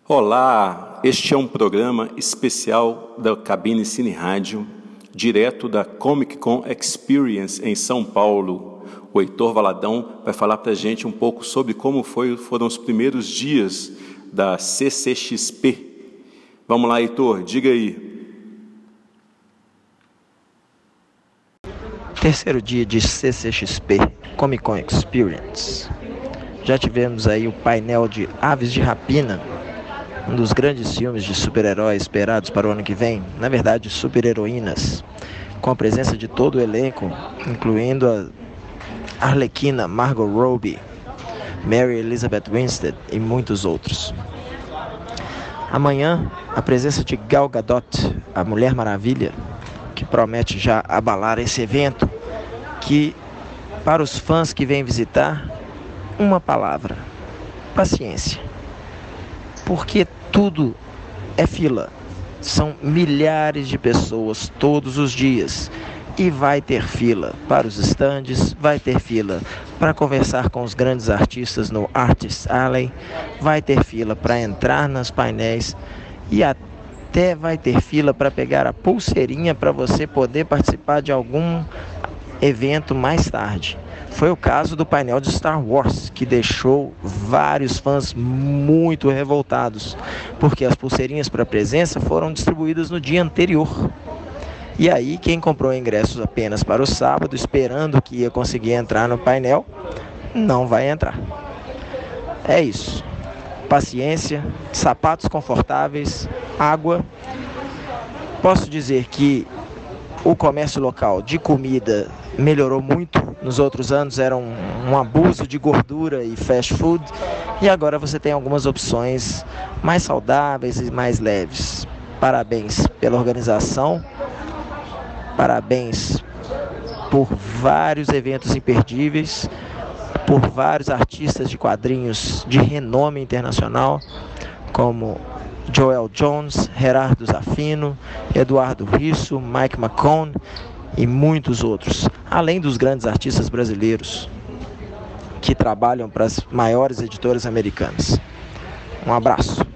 Olá, este é um programa especial da Cabine Cine Rádio, direto da Comic Con Experience em São Paulo. O Heitor Valadão vai falar para a gente um pouco sobre como foram os primeiros dias da CCXP. Vamos lá, Heitor, diga aí. Terceiro dia de CCXP, Comic Con Experience. Já tivemos aí o painel de Aves de Rapina, um dos grandes filmes de super-heróis esperados para o ano que vem, na verdade super-heroínas, com a presença de todo o elenco, incluindo a Arlequina Margot Robbie, Mary Elizabeth Winstead e muitos outros. Amanhã, a presença de Gal Gadot, a Mulher Maravilha, que promete já abalar esse evento, que para os fãs que vêm visitar, uma palavra: paciência. Porque tudo é fila. São milhares de pessoas todos os dias. E vai ter fila para os estandes, vai ter fila para conversar com os grandes artistas no Artist Alley, vai ter fila para entrar nos painéis e até vai ter fila para pegar a pulseirinha para você poder participar de algum evento mais tarde. Foi o caso do painel de Star Wars, que deixou vários fãs muito revoltados, porque as pulseirinhas para presença foram distribuídas no dia anterior. E aí, quem comprou ingressos apenas para o sábado, esperando que ia conseguir entrar no painel, não vai entrar. É isso. Paciência, sapatos confortáveis, água. Posso dizer que o comércio local de comida melhorou muito. Nos outros anos era um abuso de gordura e fast food, e agora você tem algumas opções mais saudáveis e mais leves. Parabéns pela organização, parabéns por vários eventos imperdíveis, por vários artistas de quadrinhos de renome internacional, como Joel Jones, Gerardo Zaffino, Eduardo Risso, Mike McCone e muitos outros, além dos grandes artistas brasileiros que trabalham para as maiores editoras americanas. Um abraço.